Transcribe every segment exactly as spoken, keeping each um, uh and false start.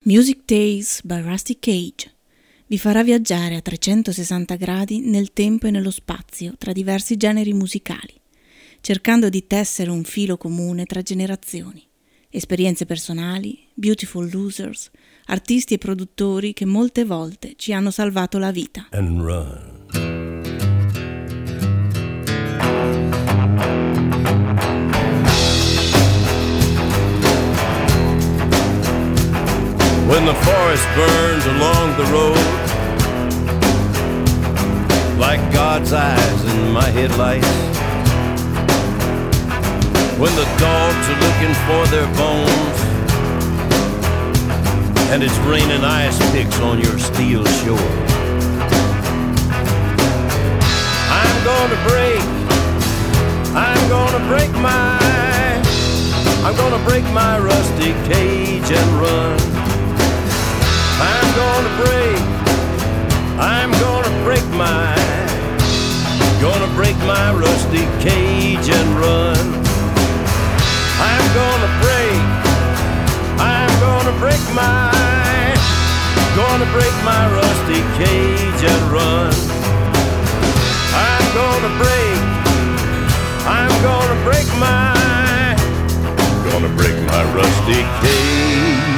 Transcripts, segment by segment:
Music Days by Rusty Cage vi farà viaggiare a trecentosessanta gradi nel tempo e nello spazio tra diversi generi musicali, cercando di tessere un filo comune tra generazioni, esperienze personali, beautiful losers, artisti e produttori che molte volte ci hanno salvato la vita. And run. When the forest burns along the road, like God's eyes in my headlights, when the dogs are looking for their bones, and it's raining ice picks on your steel shore, I'm gonna break, I'm gonna break my, I'm gonna break my rusty cage and run. I'm gonna break, I'm gonna break my, gonna break my rusty cage and run. I'm gonna break, I'm gonna break my, gonna break my rusty cage and run. I'm gonna break, I'm gonna break my, gonna break my rusty cage.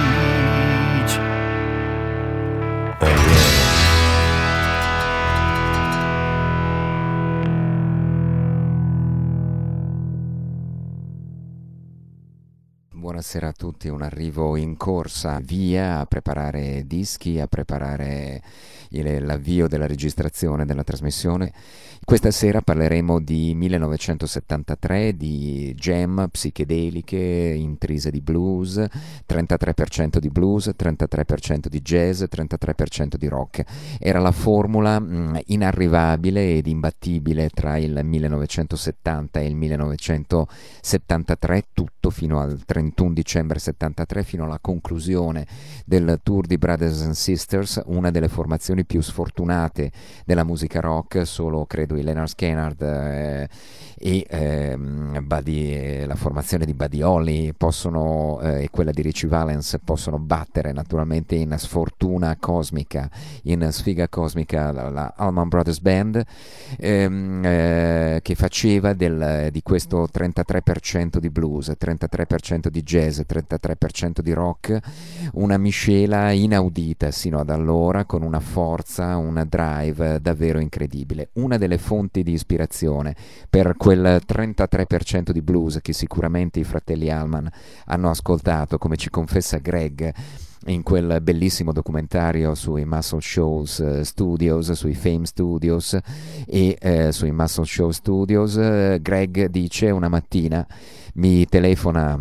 Buonasera a tutti, un arrivo in corsa via a preparare dischi, a preparare il, l'avvio della registrazione della trasmissione. Questa sera parleremo di millenovecentosettantatré, di jam psichedeliche, intrise di blues, trentatré per cento di blues, trentatré per cento di jazz, trentatré per cento di rock. Era la formula mh, inarrivabile ed imbattibile tra il millenovecentosettanta e il millenovecentosettantatré, tutto fino al trentuno dicembre settantatré, fino alla conclusione del tour di Brothers and Sisters, una delle formazioni più sfortunate della musica rock. Solo credo i Leonard Skinner eh, e eh, Buddy, la formazione di Buddy Holly possono, eh, e quella di Ritchie Valens possono battere naturalmente in sfortuna cosmica, in sfiga cosmica la, la Allman Brothers Band, ehm, eh, che faceva del, di questo trentatré per cento di blues, trentatré per cento di jazz, trentatré per cento di rock, una miscela inaudita sino ad allora, con una forza, una drive davvero incredibile. Una delle fonti di ispirazione per quel trentatré per cento di blues che sicuramente i fratelli Allman hanno ascoltato, come ci confessa Greg in quel bellissimo documentario sui Muscle Shoals Studios, sui Fame Studios e eh, sui Muscle Show Studios. eh, Greg dice: una mattina mi telefona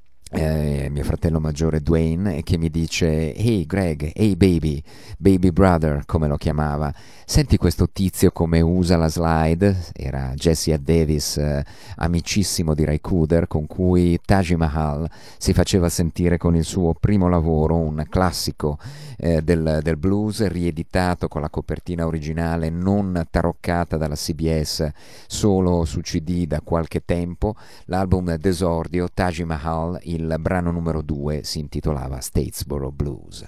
Eh, mio fratello maggiore Dwayne, e che mi dice: hey Greg, hey baby, baby brother come lo chiamava, senti questo tizio come usa la slide. Era Jesse Davis, eh, amicissimo di Ray Cooder, con cui Taj Mahal si faceva sentire con il suo primo lavoro, un classico eh, del, del blues, rieditato con la copertina originale non taroccata dalla C B S, solo su C D da qualche tempo. L'album d'esordio, Taj Mahal, il Il brano numero due si intitolava Statesboro Blues.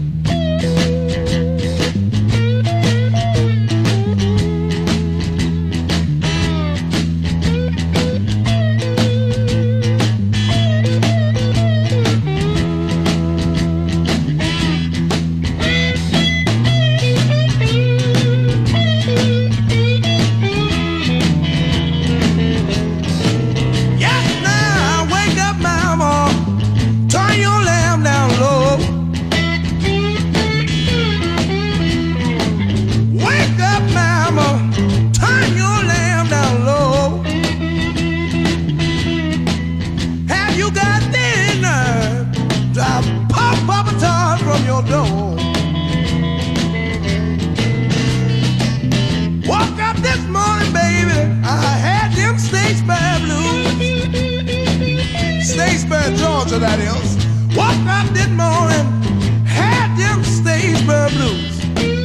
Georgia, that is. Woke up this morning, had them Statesboro blues.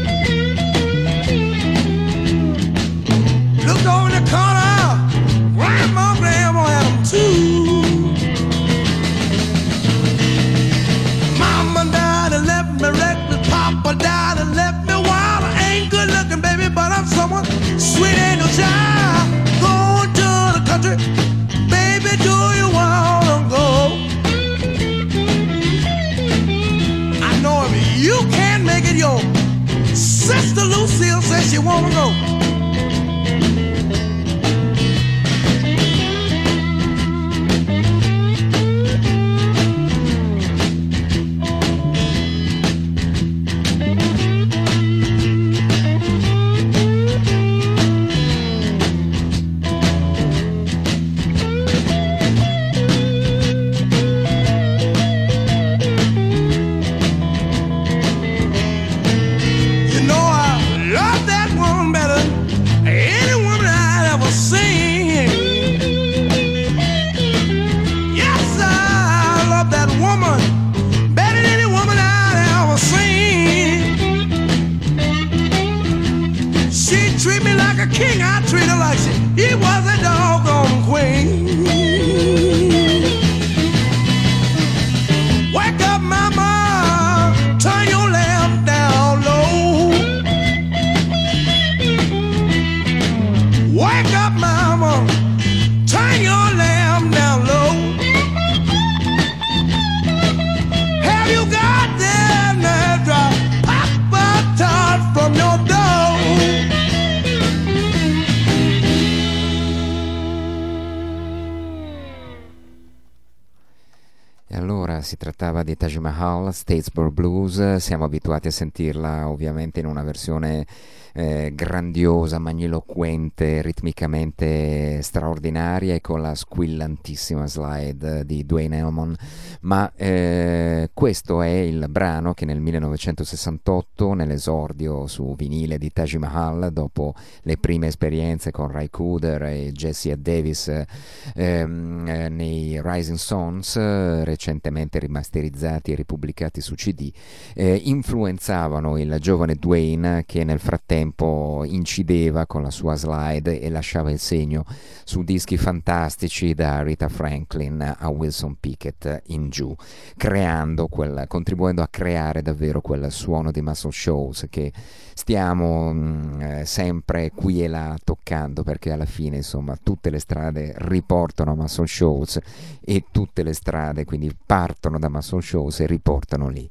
Looked over the corner, grandma, grandma had them too. Mama died. but I'm someone sweet ain't no child. Going to the country, baby, do you wanna go? I know if you can't make it, your sister Lucille says she wanna go. King, I treat her like she, he was a doggone queen. Wake up, mama, turn your lamp down low. Wake up, mama, turn your lamp down low. Have you got that nerve drop Papa Tart from your door? Si trattava di Taj Mahal, Statesboro Blues. Siamo abituati a sentirla ovviamente in una versione eh, grandiosa, magniloquente, ritmicamente straordinaria e con la squillantissima slide di Duane Allman, ma eh, questo è il brano che nel millenovecentosessantotto, nell'esordio su vinile di Taj Mahal, dopo le prime esperienze con Ry Cooder e Jesse Davis ehm, eh, nei Rising Sons, eh, recentemente rimasterizzati e ripubblicati su C D, eh, influenzavano il giovane Duane, che nel frattempo incideva con la sua slide e lasciava il segno su dischi fantastici da Rita Franklin a Wilson Pickett in giù, creando quel, contribuendo a creare davvero quel suono di Muscle Shoals che stiamo mh, eh, sempre qui e là toccando, perché alla fine insomma tutte le strade riportano a Muscle Shoals e tutte le strade quindi partono da Muscle Shoals e riportano lì.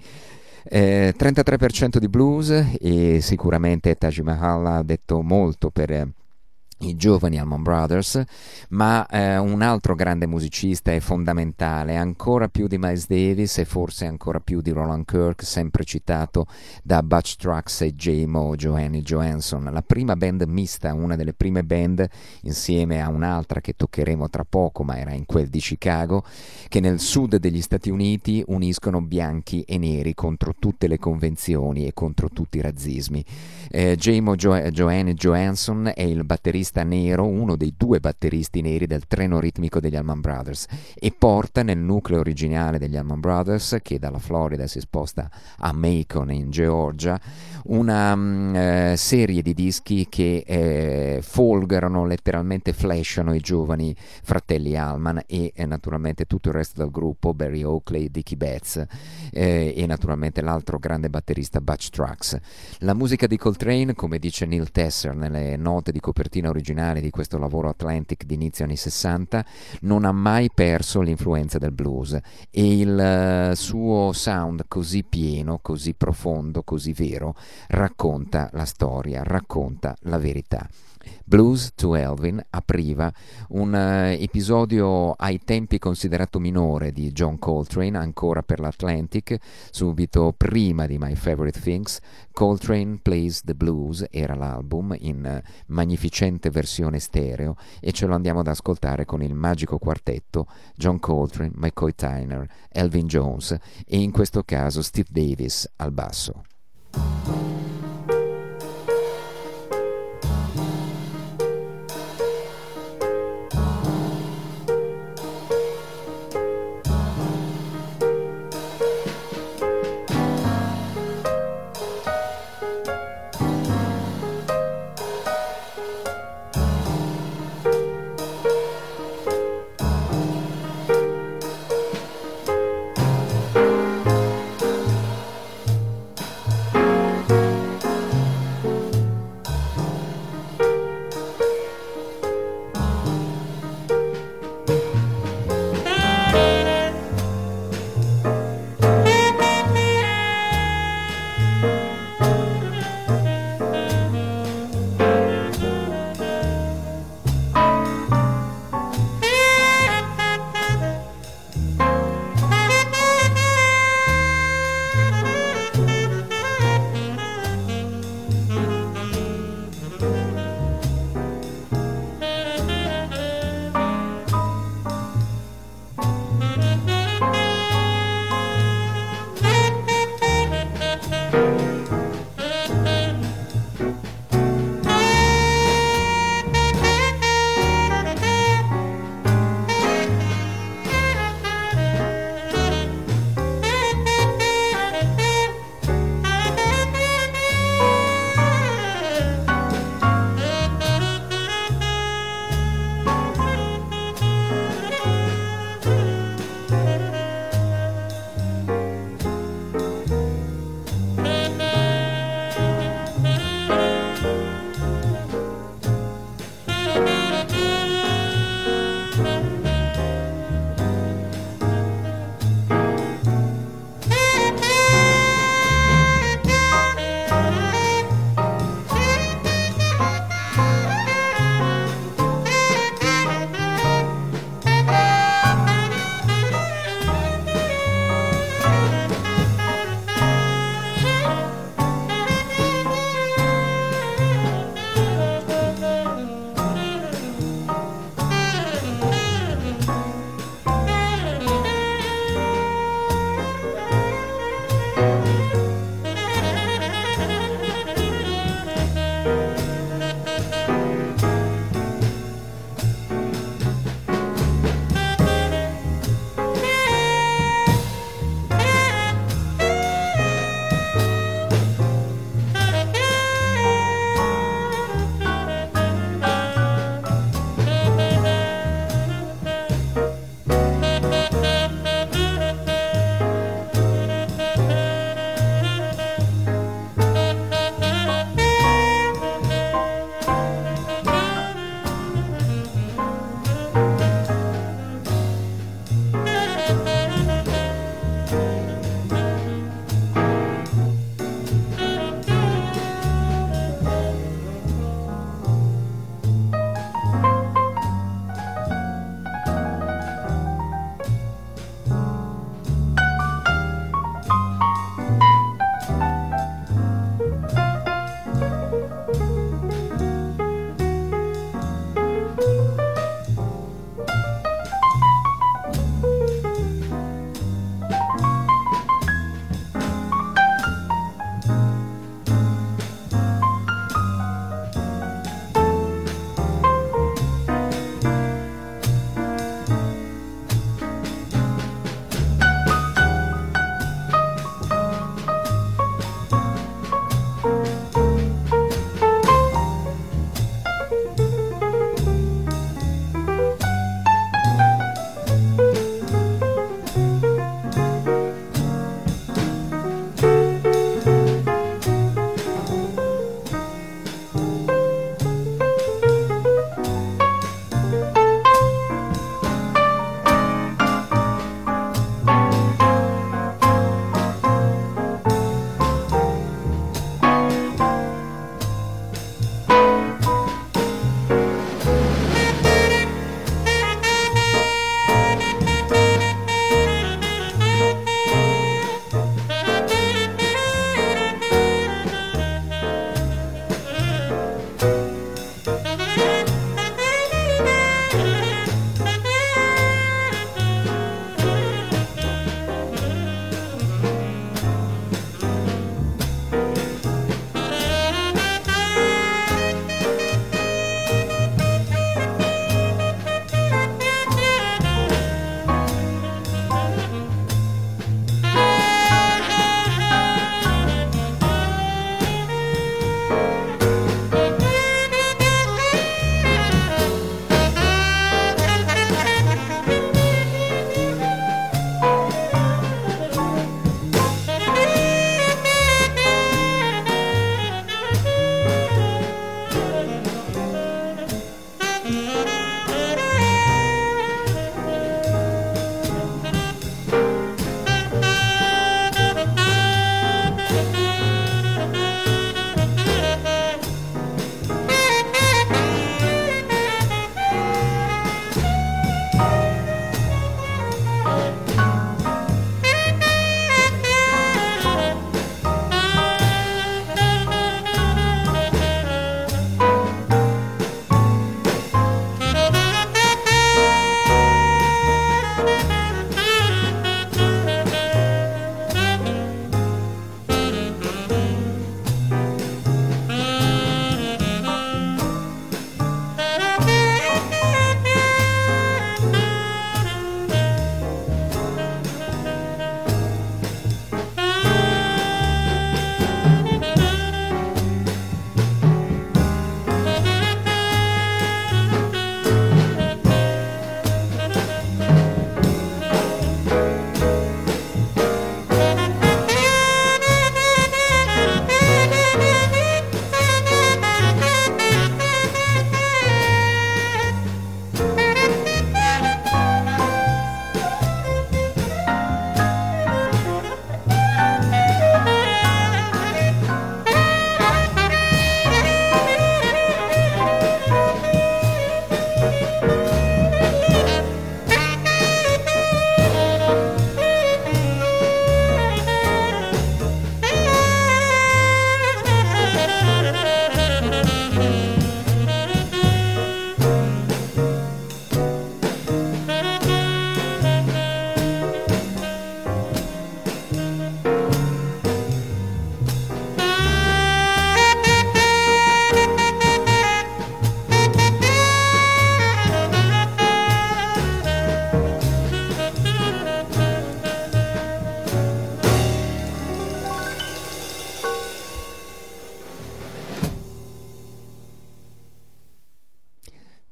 Eh, trentatré per cento di blues, e sicuramente Taj Mahal ha detto molto per eh, i giovani Allman Brothers, ma eh, un altro grande musicista e fondamentale, ancora più di Miles Davis e forse ancora più di Roland Kirk, sempre citato da Butch Trucks e J. Mo Joanne Johansson, la prima band mista, una delle prime band insieme a un'altra che toccheremo tra poco, ma era in quel di Chicago, che nel sud degli Stati Uniti uniscono bianchi e neri contro tutte le convenzioni e contro tutti i razzismi. eh, J. Mo jo- Joanne Johansson è il batterista nero, uno dei due batteristi neri del treno ritmico degli Allman Brothers, e porta nel nucleo originale degli Allman Brothers, che dalla Florida si sposta a Macon in Georgia, una um, eh, serie di dischi che eh, folgorano, letteralmente flashano i giovani fratelli Allman e eh, naturalmente tutto il resto del gruppo, Barry Oakley, Dickie Betts eh, e naturalmente l'altro grande batterista Butch Trucks. La musica di Coltrane, come dice Neil Tesser nelle note di copertina originale di questo lavoro Atlantic di inizio anni sessanta, non ha mai perso l'influenza del blues, e il uh, suo sound così pieno, così profondo, così vero racconta la storia, racconta la verità. Blues to Elvin apriva un uh, episodio ai tempi considerato minore di John Coltrane, ancora per l'Atlantic, subito prima di My Favorite Things. Coltrane Plays the Blues era l'album in uh, magnificente versione stereo, e ce lo andiamo ad ascoltare con il magico quartetto John Coltrane, McCoy Tyner, Elvin Jones e in questo caso Steve Davis al basso.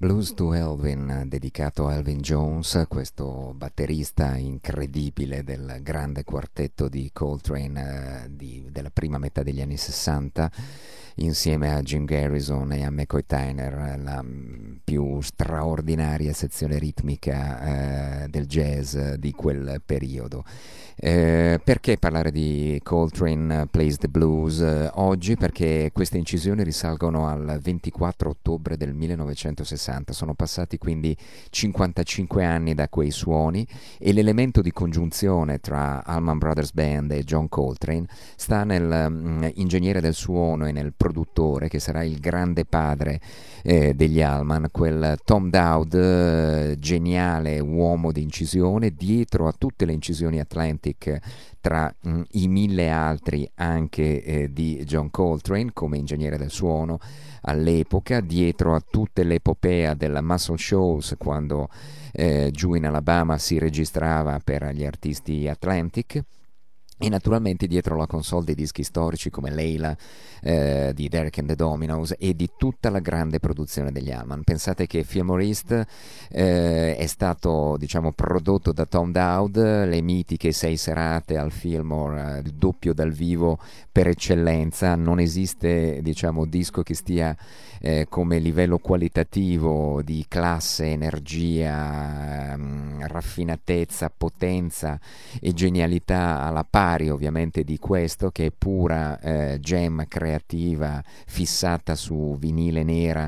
Blues to Elvin, dedicato a Elvin Jones, questo batterista incredibile del grande quartetto di Coltrane eh, di, della prima metà degli anni sessanta, insieme a Jim Garrison e a McCoy Tyner, la m, più straordinaria sezione ritmica eh, del jazz di quel periodo. Eh, perché parlare di Coltrane Plays the Blues eh, oggi? Perché queste incisioni risalgono al ventiquattro ottobre del millenovecentosessanta, sono passati quindi cinquantacinque anni da quei suoni, e l'elemento di congiunzione tra Allman Brothers Band e John Coltrane sta nel mm, ingegnere del suono e nel produttore, che sarà il grande padre eh, degli Allman, quel Tom Dowd, eh, geniale uomo di incisione, dietro a tutte le incisioni Atlantic tra mh, i mille altri anche eh, di John Coltrane come ingegnere del suono all'epoca, dietro a tutte l'epopea della Muscle Shoals, quando eh, giù in Alabama si registrava per gli artisti Atlantic, e naturalmente dietro la console dei dischi storici come Layla eh, di Derek and the Dominos e di tutta la grande produzione degli Allman. Pensate che Fillmore East eh, è stato, diciamo, prodotto da Tom Dowd, le mitiche sei serate al Fillmore, il doppio dal vivo per eccellenza. Non esiste, diciamo, disco che stia eh, come livello qualitativo di classe, energia, mh, raffinatezza, potenza e genialità alla pari ovviamente di questo, che è pura eh, gem creativa fissata su vinile nera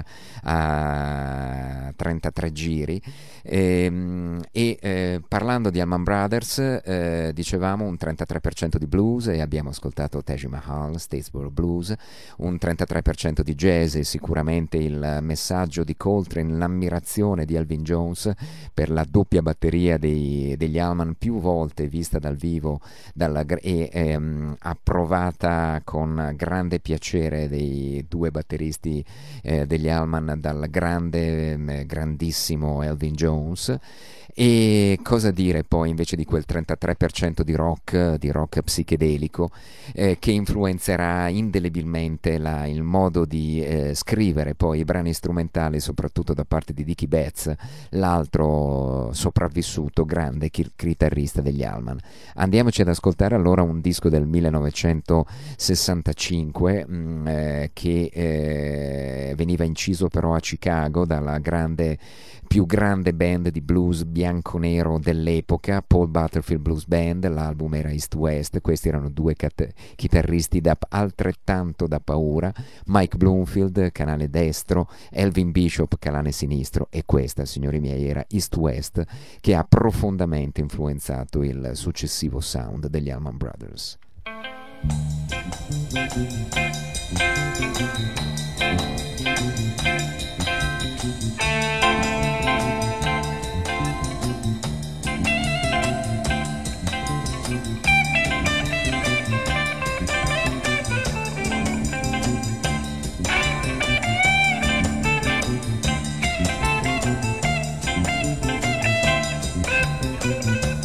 a trentatré giri. E, e eh, parlando di Allman Brothers, eh, dicevamo un trentatré per cento di blues, e abbiamo ascoltato Taj Mahal, Statesboro Blues, un trentatré per cento di jazz, e sicuramente il messaggio di Coltrane, l'ammirazione di Elvin Jones per la doppia batteria dei, degli Allman, più volte vista dal vivo dalla, e ehm, approvata con grande piacere dei due batteristi eh, degli Allman, dal grande, eh, grandissimo Elvin Jones. E cosa dire poi invece di quel trentatré per cento di rock, di rock psichedelico, eh, che influenzerà indelebilmente la, il modo di eh, scrivere poi i brani strumentali, soprattutto da parte di Dickie Betts, l'altro sopravvissuto grande chi- chitarrista degli Allman. Andiamoci ad ascoltare allora un disco del millenovecentosessantacinque mh, eh, che eh, veniva inciso però a Chicago dalla grande, più grande band di blues bianco-nero dell'epoca, Paul Butterfield Blues Band. L'album era East West, questi erano due cat- chitarristi da, altrettanto da paura, Mike Bloomfield, canale destro, Elvin Bishop, canale sinistro, e questa, signori miei, era East West, che ha profondamente influenzato il successivo sound degli Allman Brothers.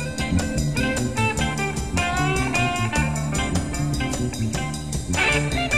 Thank you.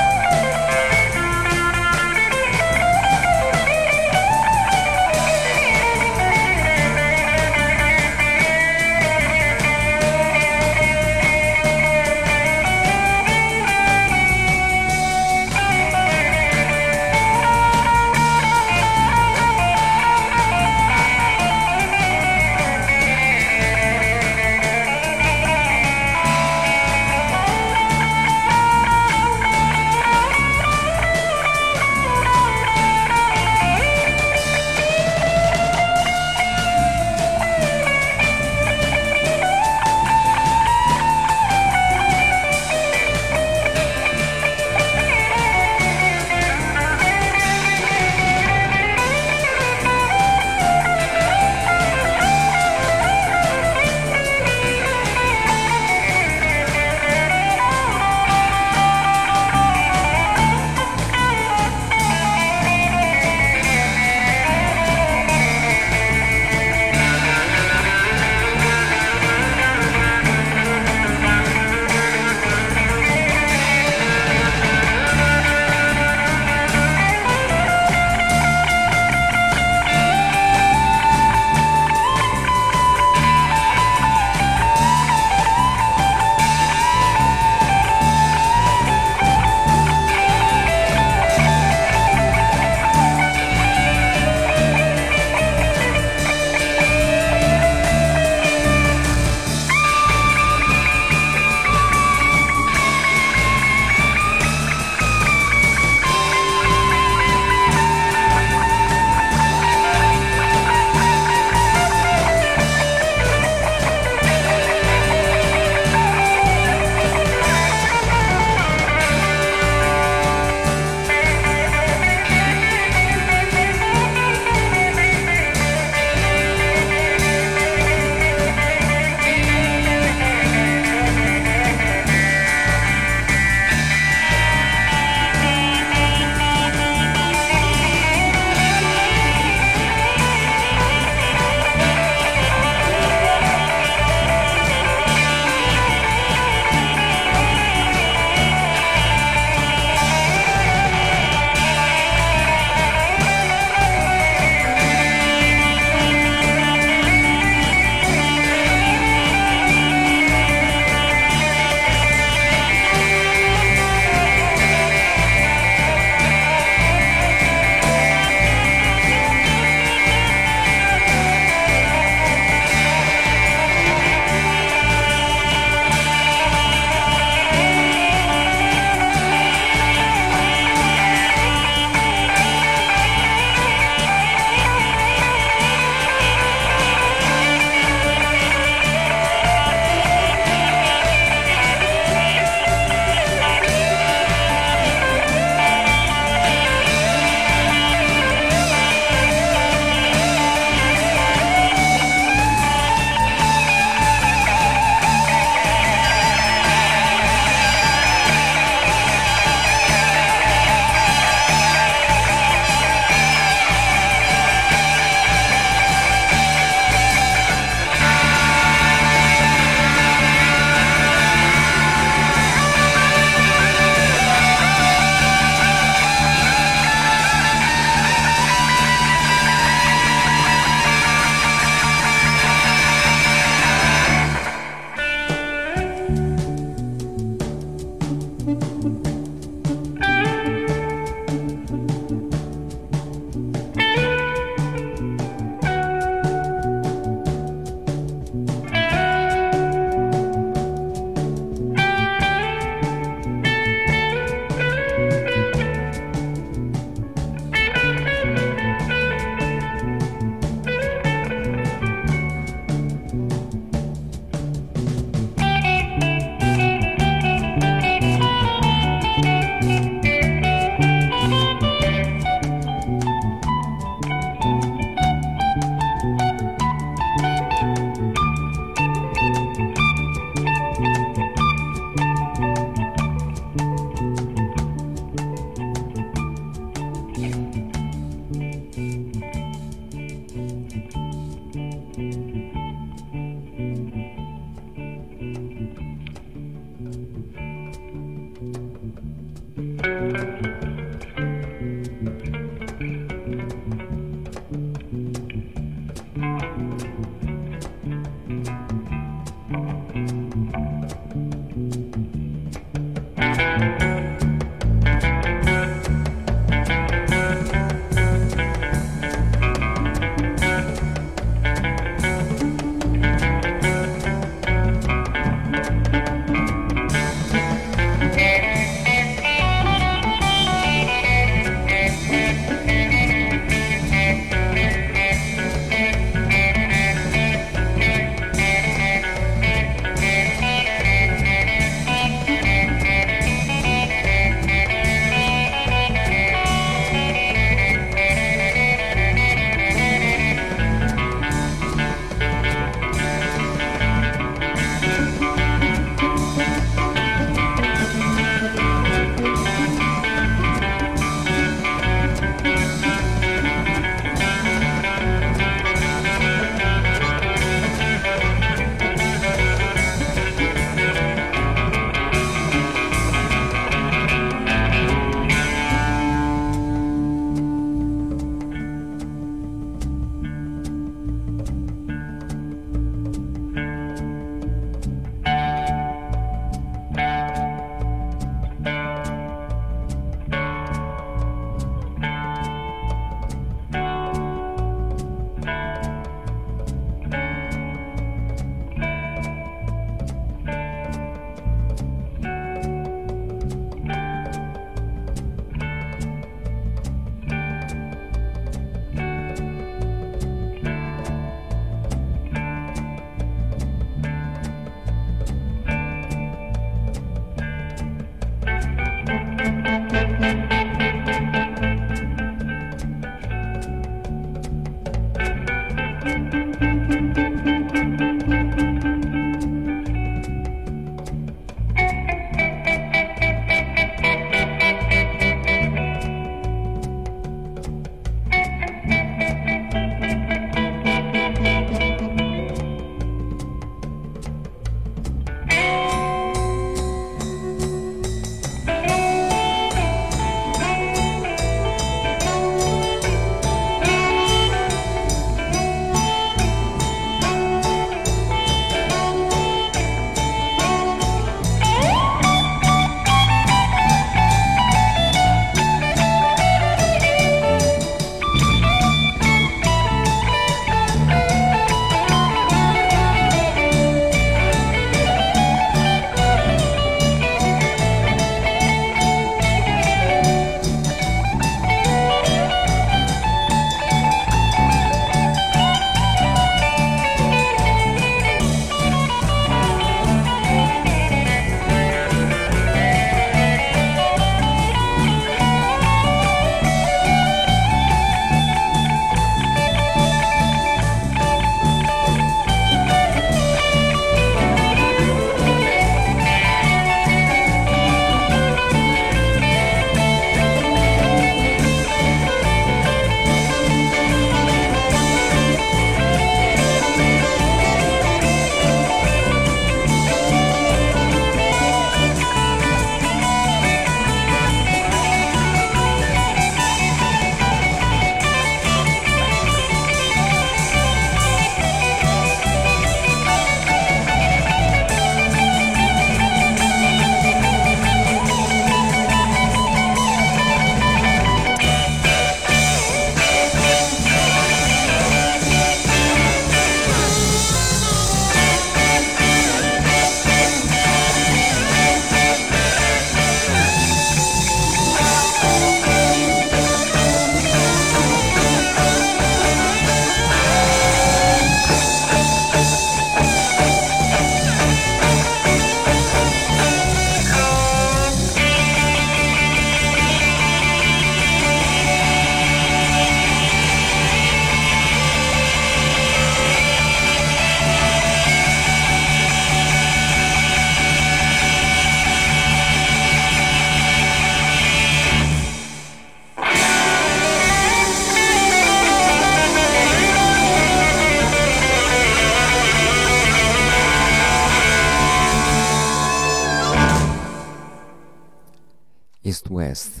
East West,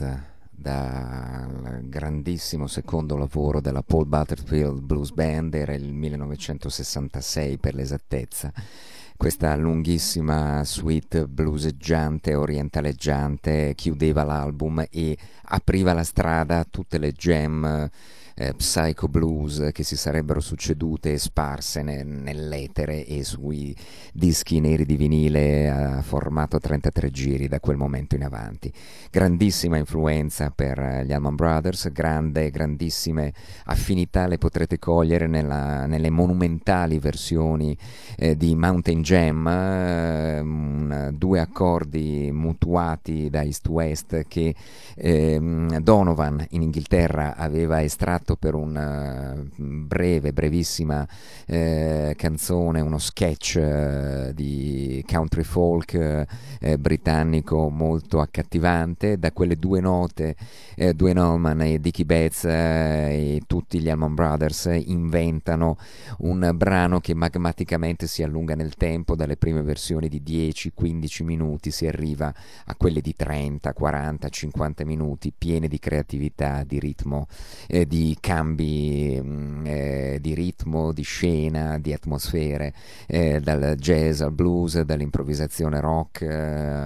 dal grandissimo secondo lavoro della Paul Butterfield Blues Band, era il millenovecentosessantasei per l'esattezza. Questa lunghissima suite blueseggiante, orientaleggiante chiudeva l'album e apriva la strada a tutte le jam eh, psycho blues che si sarebbero succedute e sparse ne, nell'etere e sui dischi neri di vinile a formato trentatré giri da quel momento in avanti. Grandissima influenza per gli Allman Brothers, grande, grandissime affinità le potrete cogliere nella, nelle monumentali versioni eh, di Mountain Jam, eh, un, due accordi mutuati da East West che eh, Donovan in Inghilterra aveva estratto per una breve, brevissima eh, canzone, uno sketch eh, di country folk eh, britannico molto accattivante. Da quelle due note eh, Duane Allman e Dickie Betts eh, e tutti gli Allman Brothers inventano un brano che magmaticamente si allunga nel tempo. Dalle prime versioni di dieci quindici minuti si arriva a quelle di trenta, quaranta, cinquanta minuti, piene di creatività, di ritmo, eh, di cambi eh, di ritmo, di scena, di atmosfere, eh, dal jazz al blues, dall'improvvisazione rock eh,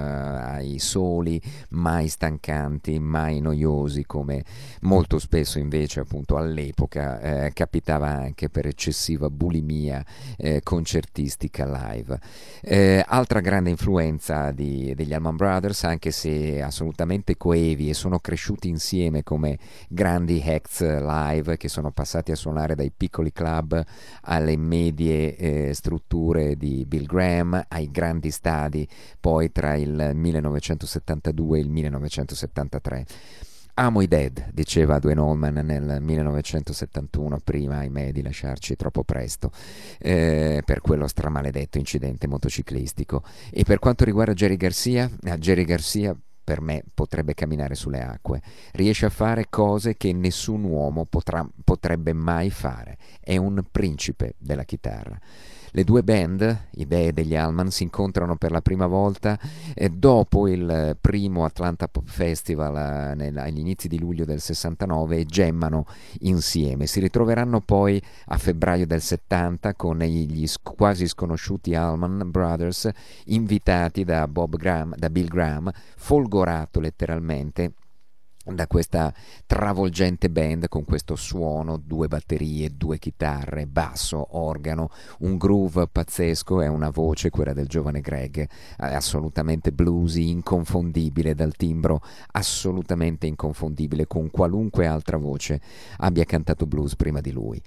ai soli, mai stancanti, mai noiosi, come molto spesso invece appunto all'epoca eh, capitava anche per eccessiva bulimia eh, concertistica live. Eh, altra grande influenza di, degli Allman Brothers, anche se assolutamente coevi e sono cresciuti insieme come grandi acts live che sono passati a suonare dai piccoli club alle medie eh, strutture di Bill Graham, ai grandi stadi poi tra il millenovecentosettantadue e il millenovecentosettantatré. Amo i Dead, diceva Duane Allman nel millenovecentosettantuno, prima, ahimè, di lasciarci troppo presto eh, per quello stramaledetto incidente motociclistico. E per quanto riguarda Jerry Garcia, eh, Jerry Garcia per me potrebbe camminare sulle acque, riesce a fare cose che nessun uomo potrà, potrebbe mai fare, è un principe della chitarra. Le due band, i Dead e gli Allman, si incontrano per la prima volta eh, dopo il primo Atlanta Pop Festival eh, nel, agli inizi di luglio del sessantanove e gemmano insieme. Si ritroveranno poi a febbraio del settanta con gli sc- quasi sconosciuti Allman Brothers, invitati da Bob Graham, da Bill Graham, folgorato letteralmente da questa travolgente band con questo suono, due batterie, due chitarre, basso, organo, un groove pazzesco e una voce, quella del giovane Greg, assolutamente bluesy, inconfondibile, dal timbro assolutamente inconfondibile con qualunque altra voce abbia cantato blues prima di lui.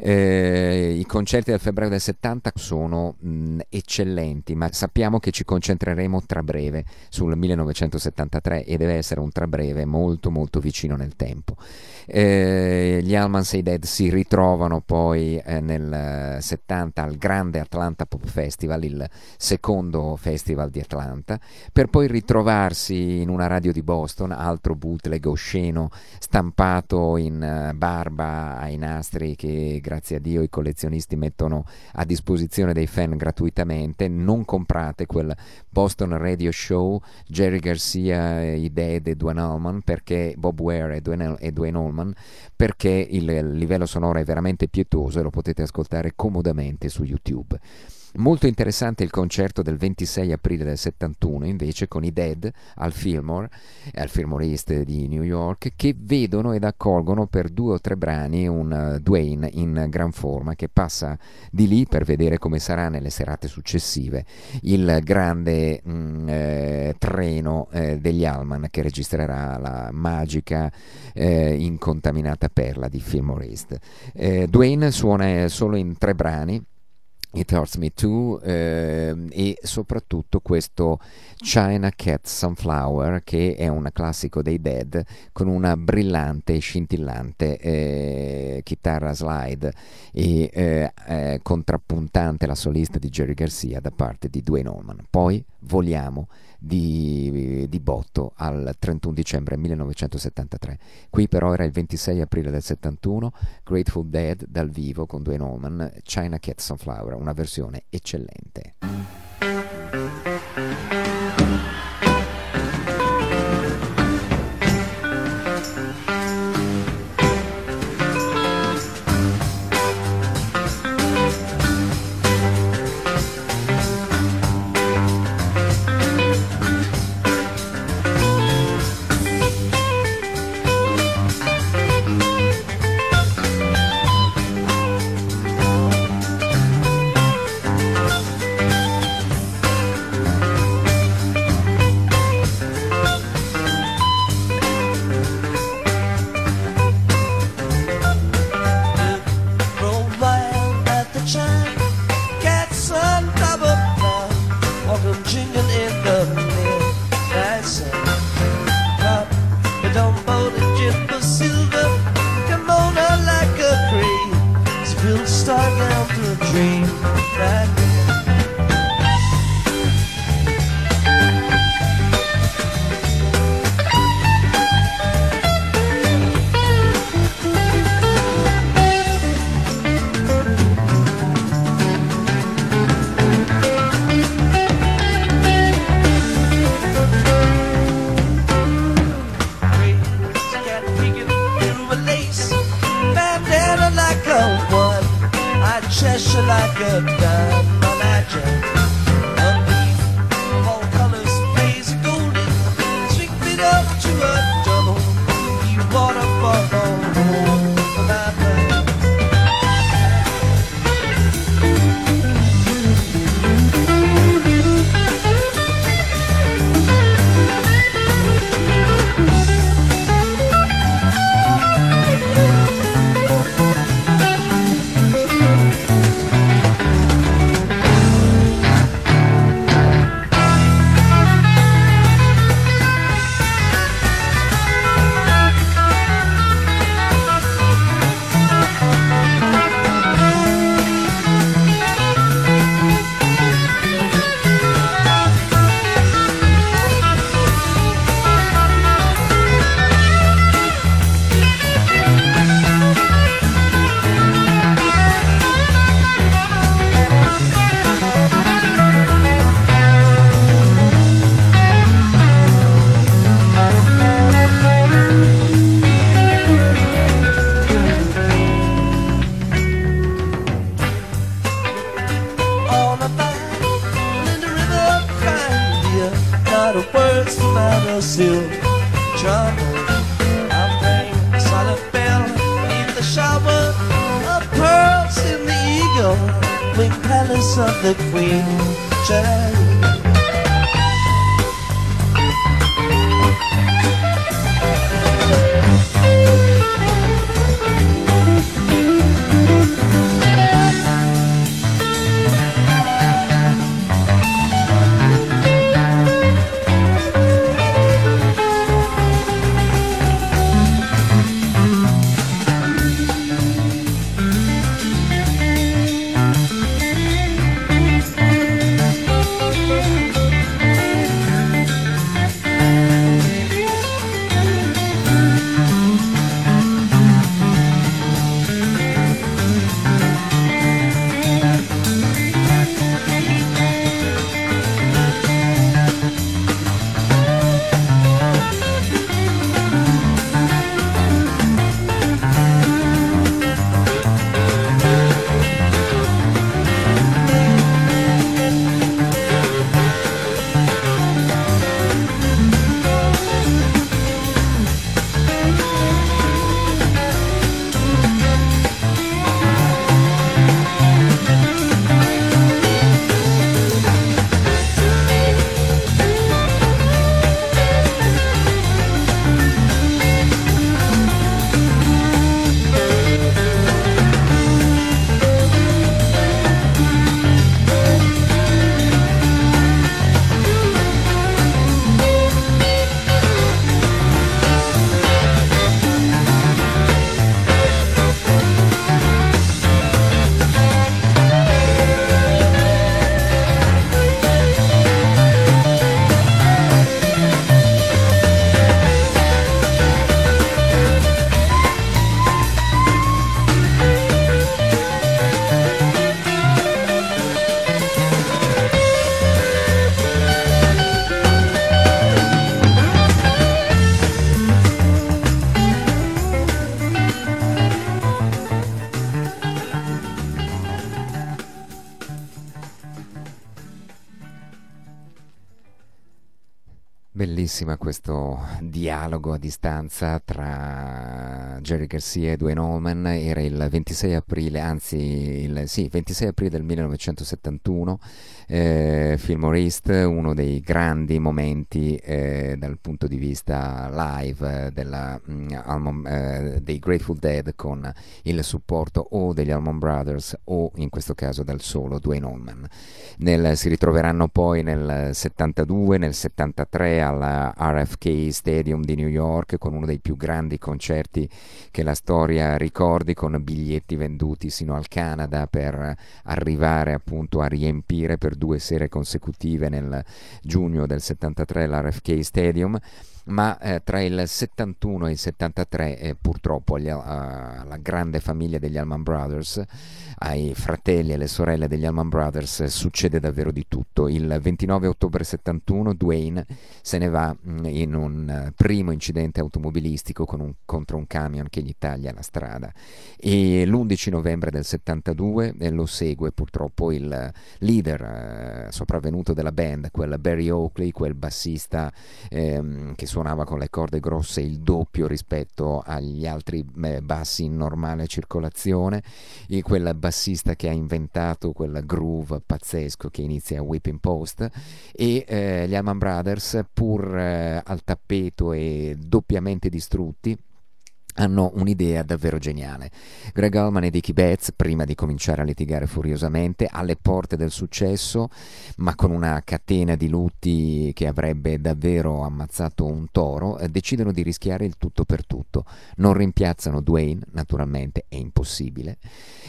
Eh, i concerti del febbraio del settanta sono mh, eccellenti, ma sappiamo che ci concentreremo tra breve sul millenovecentosettantatré e deve essere un tra breve molto molto vicino nel tempo. Eh, gli Allman e i Dead si ritrovano poi eh, nel settanta al grande Atlanta Pop Festival, il secondo festival di Atlanta, per poi ritrovarsi in una radio di Boston, altro bootleg osceno stampato in uh, barba ai nastri che grazie a Dio i collezionisti mettono a disposizione dei fan gratuitamente. Non comprate quel Boston Radio Show, Jerry Garcia, i Dead e Duane Allman, perché Bob Ware e Duane, e Duane Allman, perché il, il livello sonoro è veramente pietoso e lo potete ascoltare comodamente su YouTube. Molto interessante il concerto del ventisei aprile del settantuno invece con i Dead al Fillmore, al Fillmore East di New York, che vedono ed accolgono per due o tre brani un uh, Duane in gran forma che passa di lì per vedere come sarà nelle serate successive il grande mh, eh, treno eh, degli Allman che registrerà la magica eh, incontaminata perla di Fillmore East. Eh, Duane suona solo in tre brani, It Hurts Me Too, eh, e soprattutto questo China Cat Sunflower, che è un classico dei Dead con una brillante e scintillante eh, chitarra slide e eh, eh, contrappuntante la solista di Jerry Garcia da parte di Duane Allman. Poi voliamo di, di botto al trentuno dicembre millenovecentosettantatré. Qui però era il ventisei aprile del settantuno, Grateful Dead dal vivo con Duane Allman, China Cat Sunflower, una versione eccellente. a silk trouble. I'll ring a silent bell beneath the shower of pearls in the eagle wing palace of the Queen. Child. Bellissima questo dialogo a distanza tra Jerry Garcia e Duane Allman. Era il ventisei aprile, anzi il sì, ventisei aprile del millenovecentosettantuno, eh, Fillmore East, uno dei grandi momenti eh, dal punto di vista live della, mm, Allman, eh, dei Grateful Dead, con il supporto o degli Allman Brothers o in questo caso dal solo Duane Allman. Nel, si ritroveranno poi nel settantadue, nel settantatré alla R F K Stadium di New York, con uno dei più grandi concerti che la storia ricordi, con biglietti venduti sino al Canada, per arrivare appunto a riempire per due sere consecutive nel giugno del settantatré l'R F K Stadium. Ma eh, tra il settantuno e il settantatré eh, purtroppo gli, uh, la grande famiglia degli Allman Brothers, ai fratelli e alle sorelle degli Allman Brothers, eh, succede davvero di tutto. Il ventinove ottobre settantuno Duane se ne va mh, in un uh, primo incidente automobilistico con un, contro un camion che gli taglia la strada, e l'undici novembre del settantadue eh, lo segue purtroppo il uh, leader uh, sopravvenuto della band, quel Barry Oakley, quel bassista ehm, che suonava con le corde grosse il doppio rispetto agli altri eh, bassi in normale circolazione, e quel bassista che ha inventato quel groove pazzesco che inizia a Whipping Post. E eh, gli Allman Brothers, pur eh, al tappeto e doppiamente distrutti, hanno un'idea davvero geniale. Greg Allman e Dickie Betts, prima di cominciare a litigare furiosamente, alle porte del successo, ma con una catena di lutti che avrebbe davvero ammazzato un toro, eh, decidono di rischiare il tutto per tutto. Non rimpiazzano Duane, naturalmente è impossibile,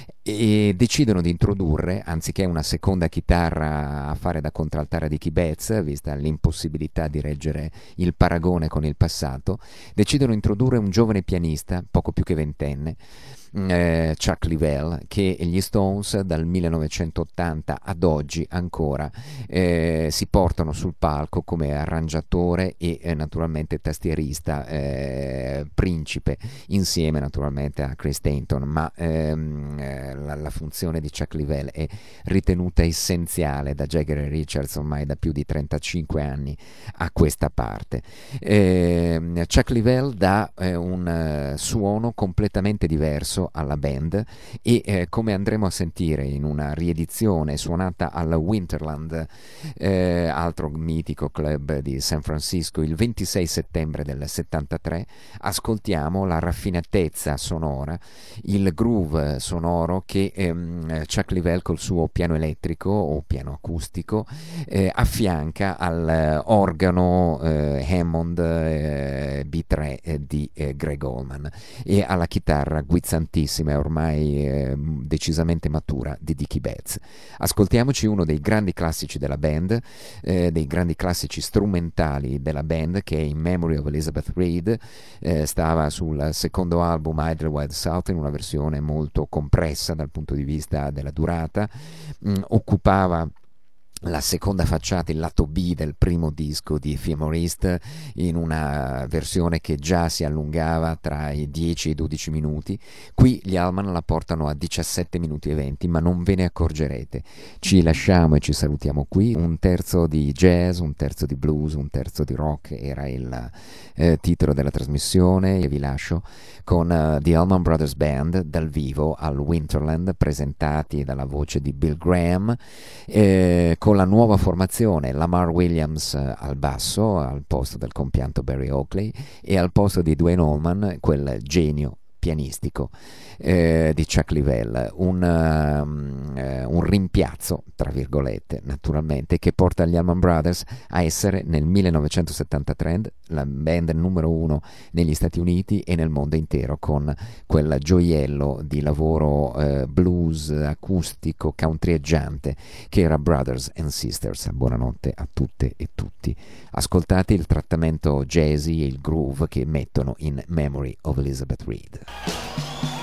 e decidono di introdurre, anziché una seconda chitarra a fare da contraltare a Dickie Betts, vista l'impossibilità di reggere il paragone con il passato, decidono di introdurre un giovane pianista, poco più che ventenne, eh, Chuck Leavell, che gli Stones dal millenovecentottanta ad oggi ancora eh, si portano sul palco come arrangiatore e eh, naturalmente tastierista eh, principe, insieme naturalmente a Chris Stanton, ma ehm, eh, la, la funzione di Chuck Leavell è ritenuta essenziale da Jagger e Richards ormai da più di trentacinque anni a questa parte. Eh, Chuck Leavell dà eh, un uh, suono completamente diverso alla band e eh, come andremo a sentire in una riedizione suonata al Winterland, eh, altro mitico club di San Francisco, il ventisei settembre del settantatré, ascoltiamo la raffinatezza sonora, il groove sonoro che ehm, Chuck Leavell col suo piano elettrico o piano acustico eh, affianca al eh, organo eh, Hammond eh, B tre eh, di eh, Greg Allman e alla chitarra guizzantissima e ormai eh, decisamente matura di Dickie Betts. Ascoltiamoci uno dei grandi classici della band, eh, dei grandi classici strumentali della band, che è In Memory of Elizabeth Reed. Eh, stava sul secondo album Idlewild South in una versione molto compressa dal punto di vista della durata, mm, occupava la seconda facciata, il lato B del primo disco di Ephemerist, in una versione che già si allungava tra i dieci e i dodici minuti. Qui gli Allman la portano a diciassette minuti e venti, ma non ve ne accorgerete. Ci lasciamo e ci salutiamo qui. Un terzo di jazz, un terzo di blues, un terzo di rock era il eh, titolo della trasmissione, e vi lascio con uh, The Allman Brothers Band dal vivo al Winterland, presentati dalla voce di Bill Graham, eh, con la nuova formazione, Lamar Williams al basso al posto del compianto Barry Oakley e al posto di Duane Allman quel genio pianistico eh, di Chuck Leavell, un, um, eh, un rimpiazzo tra virgolette naturalmente, che porta gli Allman Brothers a essere nel millenovecentosettantatré la band numero uno negli Stati Uniti e nel mondo intero, con quel gioiello di lavoro eh, blues acustico countryeggiante che era Brothers and Sisters. Buonanotte a tutte e tutti. Ascoltate il trattamento jazzy e il groove che mettono in Memory of Elizabeth Reed.